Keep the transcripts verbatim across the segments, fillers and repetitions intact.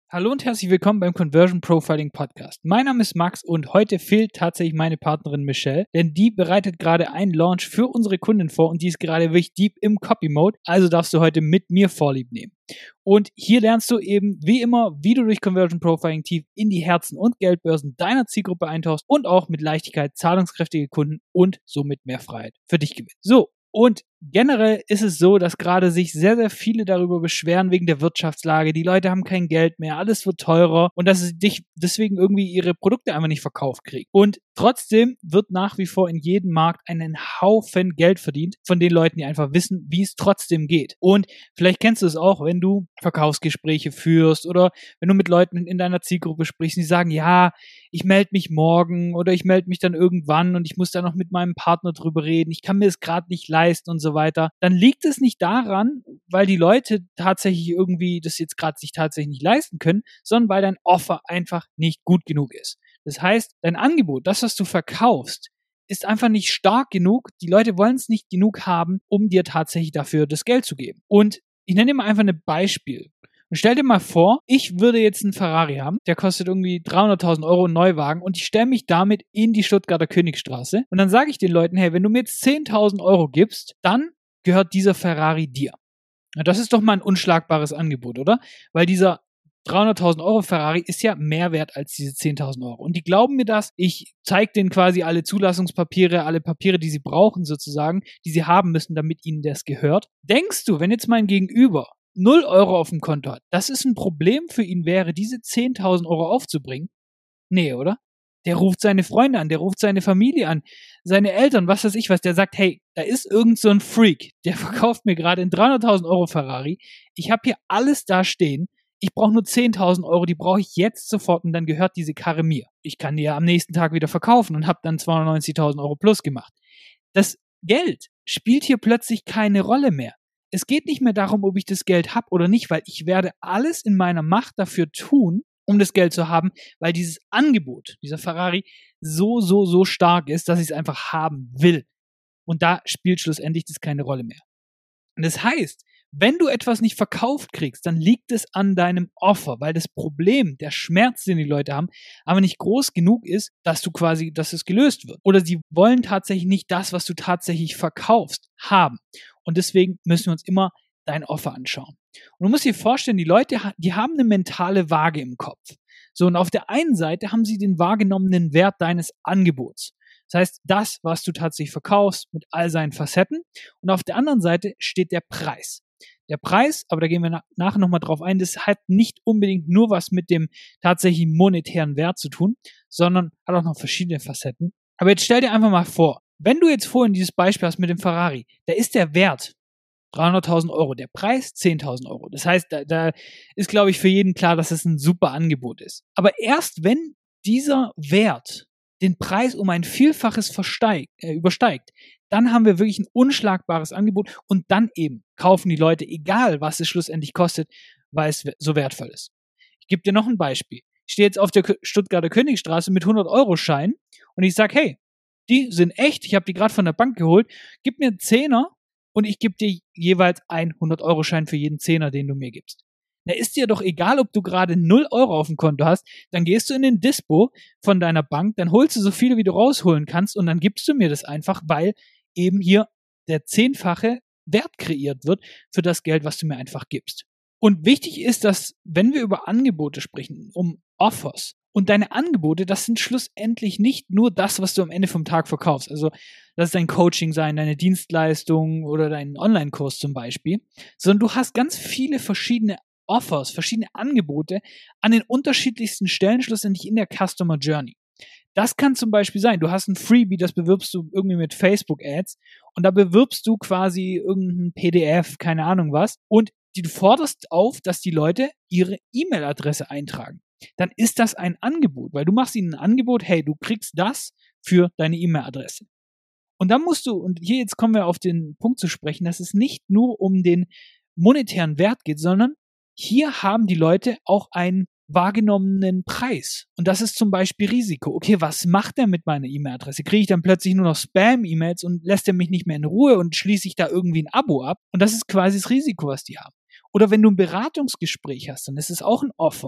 Hallo und herzlich willkommen beim Conversion Profiling Podcast. Mein Name ist Max und heute fehlt tatsächlich meine Partnerin Michelle, denn die bereitet gerade einen Launch für unsere Kundin vor und die ist gerade wirklich deep im Copy-Mode, also darfst du heute mit mir Vorlieb nehmen. Und hier lernst du eben wie immer, wie du durch Conversion Profiling tief in die Herzen und Geldbörsen deiner Zielgruppe eintauchst und auch mit Leichtigkeit zahlungskräftige Kunden und somit mehr Freiheit für dich gewinnst. So. Und generell ist es so, dass gerade sich sehr, sehr viele darüber beschweren wegen der Wirtschaftslage. Die Leute haben kein Geld mehr, alles wird teurer und dass sie dich deswegen irgendwie ihre Produkte einfach nicht verkauft kriegen. Und trotzdem wird nach wie vor in jedem Markt einen Haufen Geld verdient von den Leuten, die einfach wissen, wie es trotzdem geht. Und vielleicht kennst du es auch, wenn du Verkaufsgespräche führst oder wenn du mit Leuten in deiner Zielgruppe sprichst, die sagen, ja, ich melde mich morgen oder ich melde mich dann irgendwann und ich muss da noch mit meinem Partner drüber reden, ich kann mir das gerade nicht leisten und so weiter, dann liegt es nicht daran, weil die Leute tatsächlich irgendwie das jetzt gerade sich tatsächlich nicht leisten können, sondern weil dein Offer einfach nicht gut genug ist. Das heißt, dein Angebot, das, was du verkaufst, ist einfach nicht stark genug. Die Leute wollen es nicht genug haben, um dir tatsächlich dafür das Geld zu geben. Und ich nenne dir mal einfach ein Beispiel. Und stell dir mal vor, ich würde jetzt einen Ferrari haben, der kostet irgendwie dreihunderttausend Euro einen Neuwagen und ich stelle mich damit in die Stuttgarter Königstraße und dann sage ich den Leuten, hey, wenn du mir jetzt zehntausend Euro gibst, dann gehört dieser Ferrari dir. Ja, das ist doch mal ein unschlagbares Angebot, oder? Weil dieser dreihunderttausend Euro Ferrari ist ja mehr wert als diese zehntausend Euro. Und die glauben mir das. Ich zeige denen quasi alle Zulassungspapiere, alle Papiere, die sie brauchen sozusagen, die sie haben müssen, damit ihnen das gehört. Denkst du, wenn jetzt mein Gegenüber null Euro auf dem Konto hat, dass es ein Problem für ihn wäre, diese zehntausend Euro aufzubringen? Nee, oder? Der ruft seine Freunde an, der ruft seine Familie an, seine Eltern, was weiß ich was, der sagt, hey, da ist irgend so ein Freak, der verkauft mir gerade einen dreihunderttausend Euro Ferrari, ich habe hier alles da stehen, ich brauche nur zehntausend Euro, die brauche ich jetzt sofort und dann gehört diese Karre mir. Ich kann die ja am nächsten Tag wieder verkaufen und habe dann zweihundertneunzigtausend Euro plus gemacht. Das Geld spielt hier plötzlich keine Rolle mehr. Es geht nicht mehr darum, ob ich das Geld habe oder nicht, weil ich werde alles in meiner Macht dafür tun, um das Geld zu haben, weil dieses Angebot, dieser Ferrari, so, so, so stark ist, dass ich es einfach haben will. Und da spielt schlussendlich das keine Rolle mehr. Und das heißt, wenn du etwas nicht verkauft kriegst, dann liegt es an deinem Offer, weil das Problem, der Schmerz, den die Leute haben, aber nicht groß genug ist, dass du quasi, dass es gelöst wird. Oder sie wollen tatsächlich nicht das, was du tatsächlich verkaufst, haben. Und deswegen müssen wir uns immer dein Offer anschauen. Und du musst dir vorstellen, die Leute, die haben eine mentale Waage im Kopf. So, und auf der einen Seite haben sie den wahrgenommenen Wert deines Angebots. Das heißt, das, was du tatsächlich verkaufst, mit all seinen Facetten. Und auf der anderen Seite steht der Preis. Der Preis, aber da gehen wir nachher nochmal drauf ein, das hat nicht unbedingt nur was mit dem tatsächlichen monetären Wert zu tun, sondern hat auch noch verschiedene Facetten. Aber jetzt stell dir einfach mal vor, wenn du jetzt vorhin dieses Beispiel hast mit dem Ferrari, da ist der Wert dreihunderttausend Euro, der Preis zehntausend Euro. Das heißt, da, da ist, glaube ich, für jeden klar, dass es ein super Angebot ist. Aber erst wenn dieser Wert den Preis um ein Vielfaches versteigt, äh, übersteigt, dann haben wir wirklich ein unschlagbares Angebot und dann eben kaufen die Leute, egal was es schlussendlich kostet, weil es so wertvoll ist. Ich gebe dir noch ein Beispiel. Ich stehe jetzt auf der Stuttgarter Königstraße mit hundert Euro Schein und ich sage, hey, die sind echt, ich habe die gerade von der Bank geholt, gib mir einen Zehner und ich gebe dir jeweils einen hundert Euro Schein für jeden Zehner, den du mir gibst. Da ist dir doch egal, ob du gerade null Euro auf dem Konto hast, dann gehst du in den Dispo von deiner Bank, dann holst du so viele, wie du rausholen kannst und dann gibst du mir das einfach, weil eben hier der zehnfache Wert kreiert wird für das Geld, was du mir einfach gibst. Und wichtig ist, dass, wenn wir über Angebote sprechen, um Offers, und deine Angebote, das sind schlussendlich nicht nur das, was du am Ende vom Tag verkaufst. Also das ist dein Coaching sein, deine Dienstleistung oder dein Online-Kurs zum Beispiel, sondern du hast ganz viele verschiedene Offers, verschiedene Angebote an den unterschiedlichsten Stellen schlussendlich in der Customer Journey. Das kann zum Beispiel sein, du hast ein Freebie, das bewirbst du irgendwie mit Facebook-Ads und da bewirbst du quasi irgendein P D F, keine Ahnung was, und du forderst auf, dass die Leute ihre E-Mail-Adresse eintragen. Dann ist das ein Angebot, weil du machst ihnen ein Angebot, hey, du kriegst das für deine E-Mail-Adresse. Und dann musst du, und hier jetzt kommen wir auf den Punkt zu sprechen, dass es nicht nur um den monetären Wert geht, sondern hier haben die Leute auch einen wahrgenommenen Preis. Und das ist zum Beispiel Risiko. Okay, was macht er mit meiner E-Mail-Adresse? Kriege ich dann plötzlich nur noch Spam-E-Mails und lässt er mich nicht mehr in Ruhe und schließe ich da irgendwie ein Abo ab? Und das ist quasi das Risiko, was die haben. Oder wenn du ein Beratungsgespräch hast, dann ist es auch ein Offer.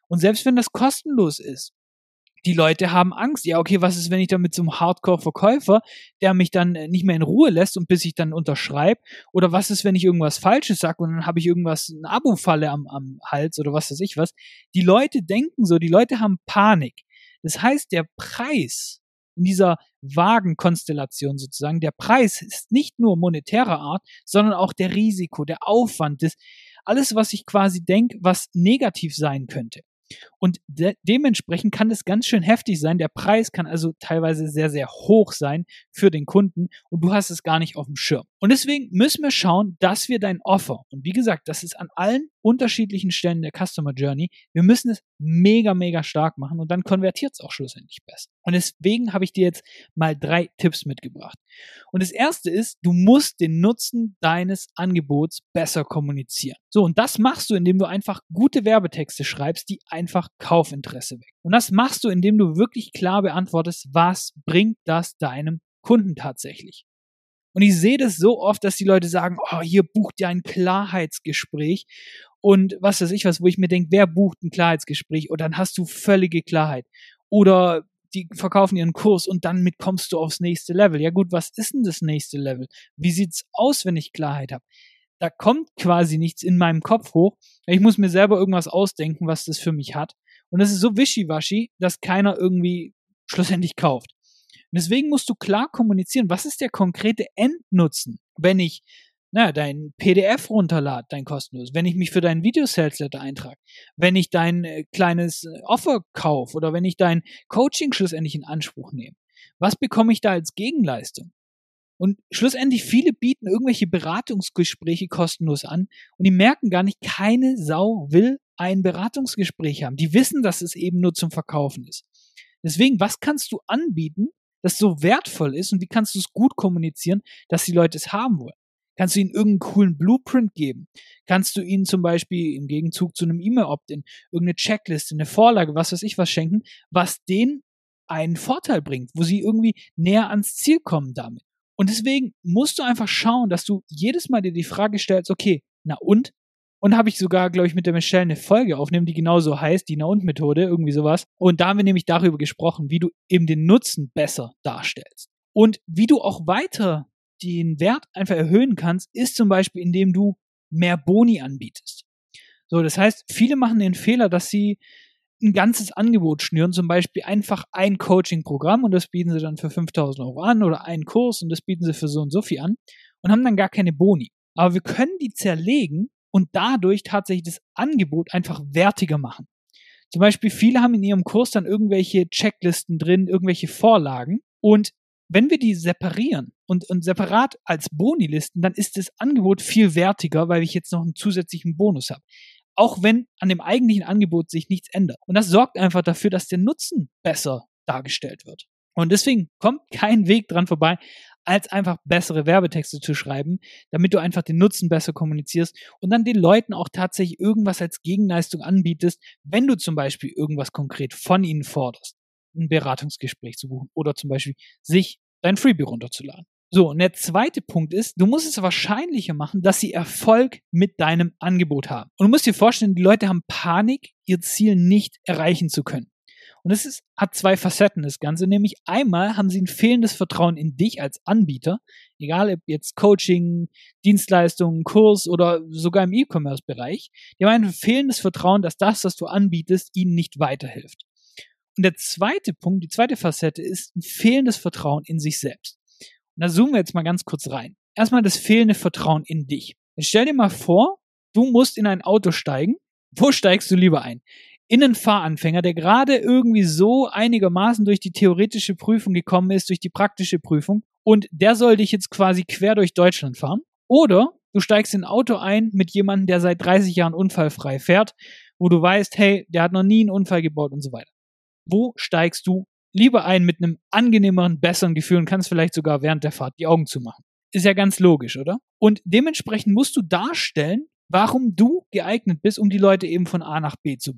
Und selbst wenn das kostenlos ist, die Leute haben Angst. Ja, okay, was ist, wenn ich dann mit so einem Hardcore-Verkäufer, der mich dann nicht mehr in Ruhe lässt und bis ich dann unterschreibe? Oder was ist, wenn ich irgendwas Falsches sage und dann habe ich irgendwas, eine Abo-Falle am, am Hals oder was weiß ich was? Die Leute denken so, die Leute haben Panik. Das heißt, der Preis in dieser Wagenkonstellation sozusagen, der Preis ist nicht nur monetärer Art, sondern auch der Risiko, der Aufwand, das, alles, was ich quasi denke, was negativ sein könnte. Und de- dementsprechend kann das ganz schön heftig sein. Der Preis kann also teilweise sehr, sehr hoch sein für den Kunden und du hast es gar nicht auf dem Schirm. Und deswegen müssen wir schauen, dass wir dein Offer, und wie gesagt, das ist an allen unterschiedlichen Stellen der Customer Journey, wir müssen es mega, mega stark machen und dann konvertiert es auch schlussendlich besser. Und deswegen habe ich dir jetzt mal drei Tipps mitgebracht. Und das erste ist, du musst den Nutzen deines Angebots besser kommunizieren. So, und das machst du, indem du einfach gute Werbetexte schreibst, die einfach Kaufinteresse wecken. Und das machst du, indem du wirklich klar beantwortest, was bringt das deinem Kunden tatsächlich. Und ich sehe das so oft, dass die Leute sagen, oh, hier bucht ihr ein Klarheitsgespräch und was weiß ich was, wo ich mir denke, wer bucht ein Klarheitsgespräch? Und dann hast du völlige Klarheit. Oder die verkaufen ihren Kurs und dann mit kommst du aufs nächste Level. Ja gut, was ist denn das nächste Level? Wie sieht's aus, wenn ich Klarheit habe? Da kommt quasi nichts in meinem Kopf hoch. Ich muss mir selber irgendwas ausdenken, was das für mich hat. Und das ist so wischiwaschi, dass keiner irgendwie schlussendlich kauft. Und deswegen musst du klar kommunizieren, was ist der konkrete Endnutzen, wenn ich na, dein P D F runterlade, dein kostenlos, wenn ich mich für deinen Video-Sales-Letter eintrage, wenn ich dein äh, kleines äh, Offer kaufe oder wenn ich dein Coaching schlussendlich in Anspruch nehme. Was bekomme ich da als Gegenleistung? Und schlussendlich, viele bieten irgendwelche Beratungsgespräche kostenlos an und die merken gar nicht, keine Sau will ein Beratungsgespräch haben. Die wissen, dass es eben nur zum Verkaufen ist. Deswegen, was kannst du anbieten, das so wertvoll ist und wie kannst du es gut kommunizieren, dass die Leute es haben wollen? Kannst du ihnen irgendeinen coolen Blueprint geben? Kannst du ihnen zum Beispiel im Gegenzug zu einem E-Mail-Opt-in irgendeine Checkliste, eine Vorlage, was weiß ich was schenken, was denen einen Vorteil bringt, wo sie irgendwie näher ans Ziel kommen damit? Und deswegen musst du einfach schauen, dass du jedes Mal dir die Frage stellst, okay, na und? Und habe ich sogar, glaube ich, mit der Michelle eine Folge aufnehmen, die genauso heißt, die Na-und-Methode, irgendwie sowas. Und da haben wir nämlich darüber gesprochen, wie du eben den Nutzen besser darstellst. Und wie du auch weiter den Wert einfach erhöhen kannst, ist zum Beispiel, indem du mehr Boni anbietest. So, das heißt, viele machen den Fehler, dass sie ein ganzes Angebot schnüren, zum Beispiel einfach ein Coaching-Programm und das bieten sie dann für fünftausend Euro an oder einen Kurs und das bieten sie für so und so viel an und haben dann gar keine Boni. Aber wir können die zerlegen und dadurch tatsächlich das Angebot einfach wertiger machen. Zum Beispiel, viele haben in ihrem Kurs dann irgendwelche Checklisten drin, irgendwelche Vorlagen und wenn wir die separieren und, und separat als Boni listen, dann ist das Angebot viel wertiger, weil ich jetzt noch einen zusätzlichen Bonus habe. Auch wenn an dem eigentlichen Angebot sich nichts ändert. Und das sorgt einfach dafür, dass der Nutzen besser dargestellt wird. Und deswegen kommt kein Weg dran vorbei, als einfach bessere Werbetexte zu schreiben, damit du einfach den Nutzen besser kommunizierst und dann den Leuten auch tatsächlich irgendwas als Gegenleistung anbietest, wenn du zum Beispiel irgendwas konkret von ihnen forderst, ein Beratungsgespräch zu buchen oder zum Beispiel sich dein Freebie runterzuladen. So, und der zweite Punkt ist, du musst es wahrscheinlicher machen, dass sie Erfolg mit deinem Angebot haben. Und du musst dir vorstellen, die Leute haben Panik, ihr Ziel nicht erreichen zu können. Und es ist, hat zwei Facetten, das Ganze. Nämlich einmal haben sie ein fehlendes Vertrauen in dich als Anbieter, egal ob jetzt Coaching, Dienstleistungen, Kurs oder sogar im E-Commerce-Bereich. Die haben ein fehlendes Vertrauen, dass das, was du anbietest, ihnen nicht weiterhilft. Und der zweite Punkt, die zweite Facette ist ein fehlendes Vertrauen in sich selbst. Und da zoomen wir jetzt mal ganz kurz rein. Erstmal das fehlende Vertrauen in dich. Jetzt stell dir mal vor, du musst in ein Auto steigen. Wo steigst du lieber ein? In einen Fahranfänger, der gerade irgendwie so einigermaßen durch die theoretische Prüfung gekommen ist, durch die praktische Prüfung, und der soll dich jetzt quasi quer durch Deutschland fahren? Oder du steigst in ein Auto ein mit jemandem, der seit dreißig Jahren unfallfrei fährt, wo du weißt, hey, der hat noch nie einen Unfall gebaut und so weiter. Wo steigst du lieber ein mit einem angenehmeren, besseren Gefühl und kannst vielleicht sogar während der Fahrt die Augen zumachen? Ist ja ganz logisch, oder? Und dementsprechend musst du darstellen, warum du geeignet bist, um die Leute eben von A nach B zu bringen.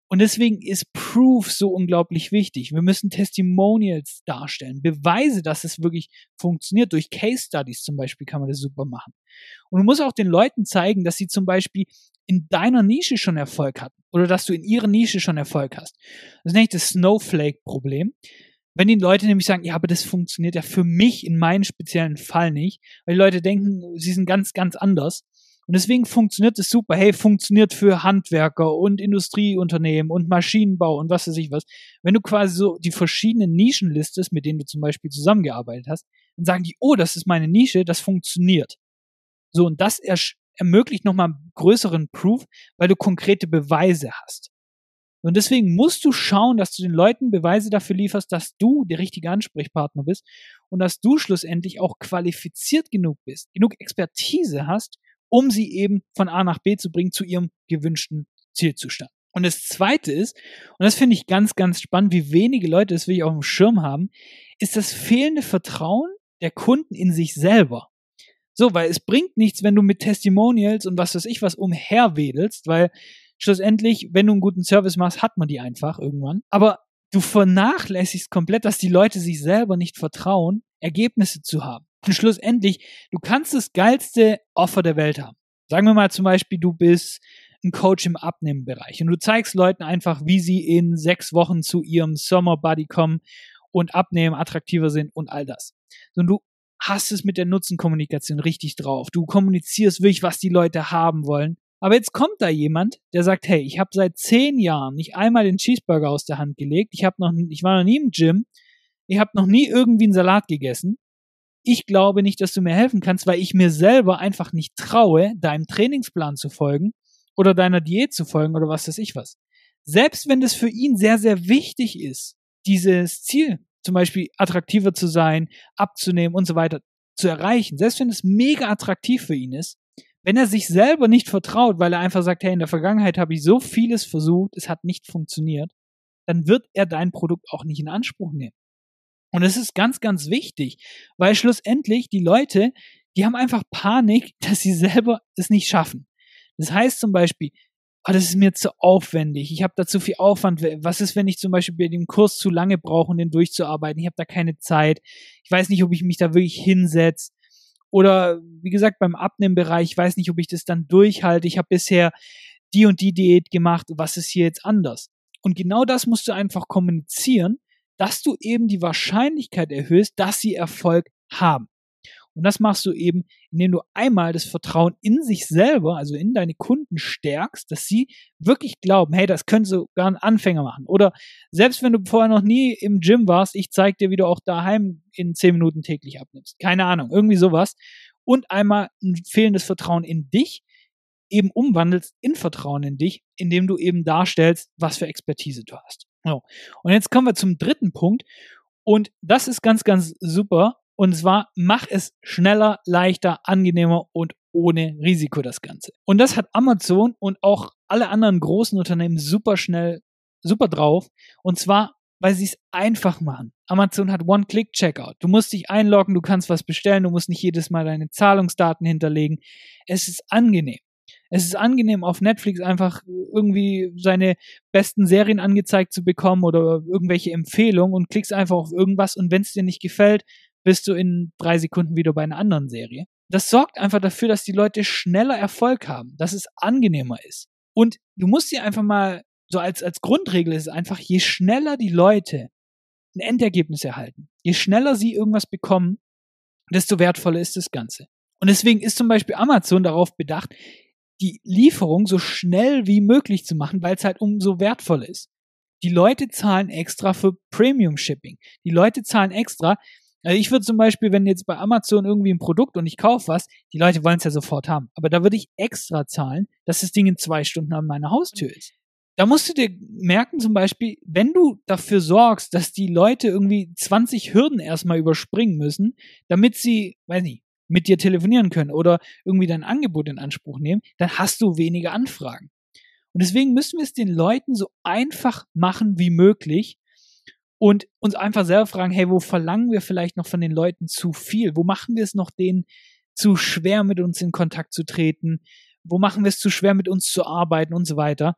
Und deswegen ist Proof so unglaublich wichtig. Wir müssen Testimonials darstellen, Beweise, dass es wirklich funktioniert. Durch Case Studies zum Beispiel kann man das super machen. Und du musst auch den Leuten zeigen, dass sie zum Beispiel in deiner Nische schon Erfolg hatten oder dass du in ihrer Nische schon Erfolg hast. Das ist nicht das Snowflake-Problem. Wenn die Leute nämlich sagen, ja, aber das funktioniert ja für mich in meinem speziellen Fall nicht, weil die Leute denken, sie sind ganz, ganz anders. Und deswegen funktioniert es super. Hey, funktioniert für Handwerker und Industrieunternehmen und Maschinenbau und was weiß ich was. Wenn du quasi so die verschiedenen Nischen listest, mit denen du zum Beispiel zusammengearbeitet hast, dann sagen die, oh, das ist meine Nische, das funktioniert. So, und das er- ermöglicht nochmal einen größeren Proof, weil du konkrete Beweise hast. Und deswegen musst du schauen, dass du den Leuten Beweise dafür lieferst, dass du der richtige Ansprechpartner bist und dass du schlussendlich auch qualifiziert genug bist, genug Expertise hast, um sie eben von A nach B zu bringen, zu ihrem gewünschten Zielzustand. Und das Zweite ist, und das finde ich ganz, ganz spannend, wie wenige Leute das wirklich auf dem Schirm haben, ist das fehlende Vertrauen der Kunden in sich selber. So, weil es bringt nichts, wenn du mit Testimonials und was weiß ich was umherwedelst, weil schlussendlich, wenn du einen guten Service machst, hat man die einfach irgendwann. Aber du vernachlässigst komplett, dass die Leute sich selber nicht vertrauen, Ergebnisse zu haben. Und schlussendlich, du kannst das geilste Offer der Welt haben. Sagen wir mal zum Beispiel, du bist ein Coach im Abnehmenbereich und du zeigst Leuten einfach, wie sie in sechs Wochen zu ihrem Summer Body kommen und abnehmen, attraktiver sind und all das. Und du hast es mit der Nutzenkommunikation richtig drauf. Du kommunizierst wirklich, was die Leute haben wollen. Aber jetzt kommt da jemand, der sagt, hey, ich habe seit zehn Jahren nicht einmal den Cheeseburger aus der Hand gelegt. Ich, hab noch, ich war noch nie im Gym. Ich habe noch nie irgendwie einen Salat gegessen. Ich glaube nicht, dass du mir helfen kannst, weil ich mir selber einfach nicht traue, deinem Trainingsplan zu folgen oder deiner Diät zu folgen oder was weiß ich was. Selbst wenn das für ihn sehr, sehr wichtig ist, dieses Ziel, zum Beispiel attraktiver zu sein, abzunehmen und so weiter, zu erreichen, selbst wenn es mega attraktiv für ihn ist, wenn er sich selber nicht vertraut, weil er einfach sagt, hey, in der Vergangenheit habe ich so vieles versucht, es hat nicht funktioniert, dann wird er dein Produkt auch nicht in Anspruch nehmen. Und es ist ganz, ganz wichtig, weil schlussendlich die Leute, die haben einfach Panik, dass sie selber es nicht schaffen. Das heißt zum Beispiel, oh, das ist mir zu aufwendig, ich habe da zu viel Aufwand. Was ist, wenn ich zum Beispiel bei dem Kurs zu lange brauche, um den durchzuarbeiten? Ich habe da keine Zeit. Ich weiß nicht, ob ich mich da wirklich hinsetze. Oder wie gesagt, beim Abnehmbereich, ich weiß nicht, ob ich das dann durchhalte. Ich habe bisher die und die Diät gemacht. Was ist hier jetzt anders? Und genau das musst du einfach kommunizieren, dass du eben die Wahrscheinlichkeit erhöhst, dass sie Erfolg haben. Und das machst du eben, indem du einmal das Vertrauen in sich selber, also in deine Kunden stärkst, dass sie wirklich glauben, hey, das können sogar ein Anfänger machen. Oder selbst wenn du vorher noch nie im Gym warst, ich zeig dir, wie du auch daheim in zehn Minuten täglich abnimmst. Keine Ahnung, irgendwie sowas. Und einmal ein fehlendes Vertrauen in dich eben umwandelst in Vertrauen in dich, indem du eben darstellst, was für Expertise du hast. So. Und jetzt kommen wir zum dritten Punkt. Und das ist ganz, ganz super. Und zwar, mach es schneller, leichter, angenehmer und ohne Risiko das Ganze. Und das hat Amazon und auch alle anderen großen Unternehmen super schnell, super drauf. Und zwar, weil sie es einfach machen. Amazon hat One-Click-Checkout. Du musst dich einloggen, du kannst was bestellen, du musst nicht jedes Mal deine Zahlungsdaten hinterlegen. Es ist angenehm. Es ist angenehm, auf Netflix einfach irgendwie seine besten Serien angezeigt zu bekommen oder irgendwelche Empfehlungen und klickst einfach auf irgendwas und wenn es dir nicht gefällt, bist du in drei Sekunden wieder bei einer anderen Serie. Das sorgt einfach dafür, dass die Leute schneller Erfolg haben, dass es angenehmer ist. Und du musst dir einfach mal, so als, als Grundregel ist es einfach, je schneller die Leute ein Endergebnis erhalten, je schneller sie irgendwas bekommen, desto wertvoller ist das Ganze. Und deswegen ist zum Beispiel Amazon darauf bedacht, die Lieferung so schnell wie möglich zu machen, weil es halt umso wertvoller ist. Die Leute zahlen extra für Premium Shipping. Die Leute zahlen extra. Also ich würde zum Beispiel, wenn jetzt bei Amazon irgendwie ein Produkt und ich kaufe was, die Leute wollen es ja sofort haben. Aber da würde ich extra zahlen, dass das Ding in zwei Stunden an meiner Haustür ist. Da musst du dir merken zum Beispiel, wenn du dafür sorgst, dass die Leute irgendwie zwanzig Hürden erstmal überspringen müssen, damit sie, weiß nicht, mit dir telefonieren können oder irgendwie dein Angebot in Anspruch nehmen, dann hast du weniger Anfragen. Und deswegen müssen wir es den Leuten so einfach machen wie möglich und uns einfach selber fragen, hey, wo verlangen wir vielleicht noch von den Leuten zu viel? Wo machen wir es noch denen zu schwer, mit uns in Kontakt zu treten? Wo machen wir es zu schwer, mit uns zu arbeiten und so weiter?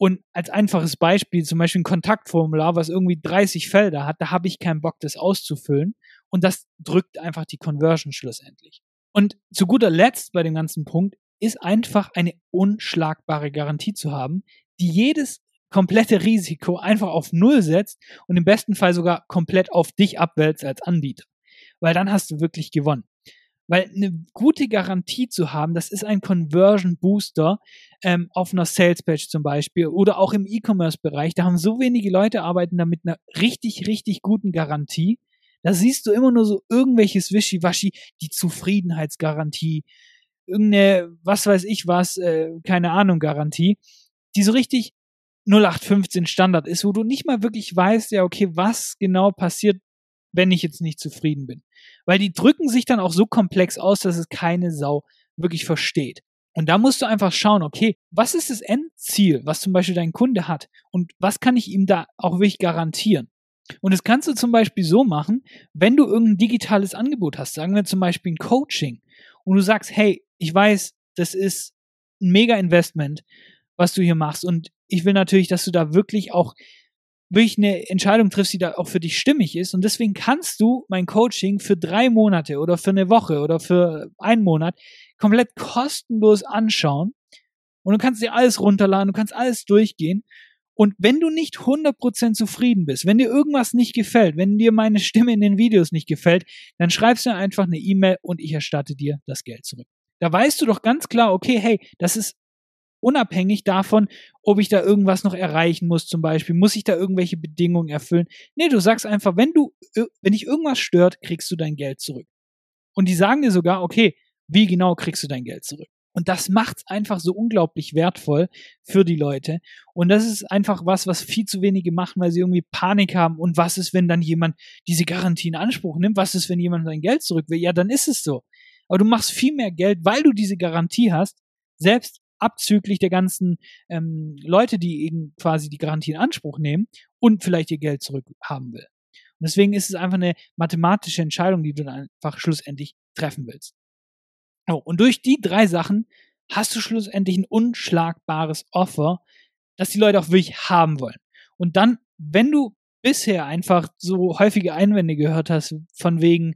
Und als einfaches Beispiel, zum Beispiel ein Kontaktformular, was irgendwie dreißig Felder hat, da habe ich keinen Bock, das auszufüllen. Und das drückt einfach die Conversion schlussendlich. Und zu guter Letzt bei dem ganzen Punkt ist einfach eine unschlagbare Garantie zu haben, die jedes komplette Risiko einfach auf Null setzt und im besten Fall sogar komplett auf dich abwälzt als Anbieter. Weil dann hast du wirklich gewonnen. Weil eine gute Garantie zu haben, das ist ein Conversion Booster ähm, auf einer Sales-Page zum Beispiel oder auch im E-Commerce-Bereich. Da haben so wenige Leute arbeiten da mit einer richtig, richtig guten Garantie. Da siehst du immer nur so irgendwelches Wischiwaschi, die Zufriedenheitsgarantie, irgendeine, was weiß ich was, äh, keine Ahnung, Garantie, die so richtig null acht fünfzehn Standard ist, wo du nicht mal wirklich weißt, ja, okay, was genau passiert, wenn ich jetzt nicht zufrieden bin. Weil die drücken sich dann auch so komplex aus, dass es keine Sau wirklich versteht. Und da musst du einfach schauen, okay, was ist das Endziel, was zum Beispiel dein Kunde hat und was kann ich ihm da auch wirklich garantieren? Und das kannst du zum Beispiel so machen, wenn du irgendein digitales Angebot hast, sagen wir zum Beispiel ein Coaching und du sagst, hey, ich weiß, das ist ein Mega-Investment, was du hier machst und ich will natürlich, dass du da wirklich auch wirklich eine Entscheidung triffst, die da auch für dich stimmig ist. Und deswegen kannst du mein Coaching für drei Monate oder für eine Woche oder für einen Monat komplett kostenlos anschauen. Und du kannst dir alles runterladen, du kannst alles durchgehen. Und wenn du nicht hundert Prozent zufrieden bist, wenn dir irgendwas nicht gefällt, wenn dir meine Stimme in den Videos nicht gefällt, dann schreibst du einfach eine E-Mail und ich erstatte dir das Geld zurück. Da weißt du doch ganz klar, okay, hey, das ist unabhängig davon, ob ich da irgendwas noch erreichen muss, zum Beispiel, muss ich da irgendwelche Bedingungen erfüllen. Nee, du sagst einfach, wenn du, wenn dich irgendwas stört, kriegst du dein Geld zurück. Und die sagen dir sogar, okay, wie genau kriegst du dein Geld zurück? Und das macht's einfach so unglaublich wertvoll für die Leute. Und das ist einfach was, was viel zu wenige machen, weil sie irgendwie Panik haben. Und was ist, wenn dann jemand diese Garantie in Anspruch nimmt? Was ist, wenn jemand sein Geld zurück will? Ja, dann ist es so. Aber du machst viel mehr Geld, weil du diese Garantie hast, selbst abzüglich der ganzen ähm, Leute, die eben quasi die Garantie in Anspruch nehmen und vielleicht ihr Geld zurückhaben will. Und deswegen ist es einfach eine mathematische Entscheidung, die du dann einfach schlussendlich treffen willst. Oh, und durch die drei Sachen hast du schlussendlich ein unschlagbares Offer, das die Leute auch wirklich haben wollen. Und dann, wenn du bisher einfach so häufige Einwände gehört hast, von wegen,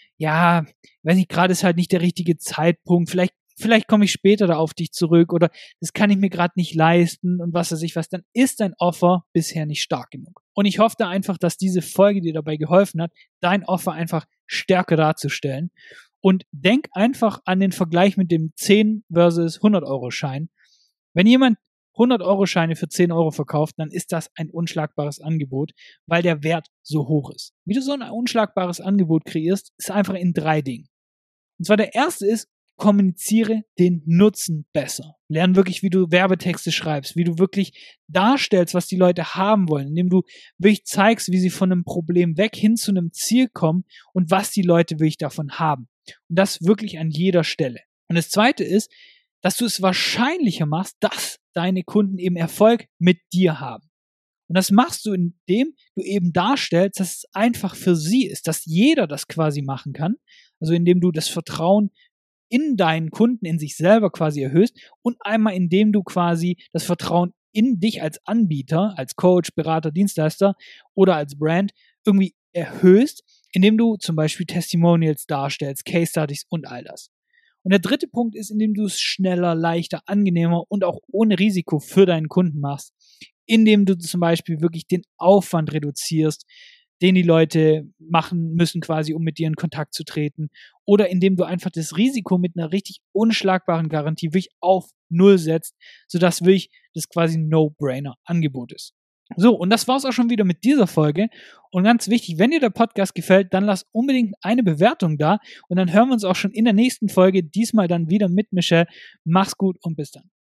ja, weiß nicht, gerade ist halt nicht der richtige Zeitpunkt, vielleicht Vielleicht komme ich später da auf dich zurück oder das kann ich mir gerade nicht leisten und was weiß ich was, dann ist dein Offer bisher nicht stark genug. Und ich hoffe da einfach, dass diese Folge dir dabei geholfen hat, dein Offer einfach stärker darzustellen. Und denk einfach an den Vergleich mit dem zehn versus hundert Euro Schein. Wenn jemand hundert Euro Scheine für zehn Euro verkauft, dann ist das ein unschlagbares Angebot, weil der Wert so hoch ist. Wie du so ein unschlagbares Angebot kreierst, ist einfach in drei Dingen. Und zwar der erste ist, kommuniziere den Nutzen besser. Lern wirklich, wie du Werbetexte schreibst, wie du wirklich darstellst, was die Leute haben wollen, indem du wirklich zeigst, wie sie von einem Problem weg hin zu einem Ziel kommen und was die Leute wirklich davon haben. Und das wirklich an jeder Stelle. Und das zweite ist, dass du es wahrscheinlicher machst, dass deine Kunden eben Erfolg mit dir haben. Und das machst du, indem du eben darstellst, dass es einfach für sie ist, dass jeder das quasi machen kann. Also indem du das Vertrauen in deinen Kunden, in sich selber quasi erhöhst und einmal indem du quasi das Vertrauen in dich als Anbieter, als Coach, Berater, Dienstleister oder als Brand irgendwie erhöhst, indem du zum Beispiel Testimonials darstellst, Case Studies und all das. Und der dritte Punkt ist, indem du es schneller, leichter, angenehmer und auch ohne Risiko für deinen Kunden machst, indem du zum Beispiel wirklich den Aufwand reduzierst, den die Leute machen müssen quasi, um mit dir in Kontakt zu treten, oder indem du einfach das Risiko mit einer richtig unschlagbaren Garantie wirklich auf Null setzt, sodass wirklich das quasi ein No-Brainer-Angebot ist. So, und das war's auch schon wieder mit dieser Folge. Und ganz wichtig, wenn dir der Podcast gefällt, dann lass unbedingt eine Bewertung da und dann hören wir uns auch schon in der nächsten Folge, diesmal dann wieder mit Michelle. Mach's gut und bis dann.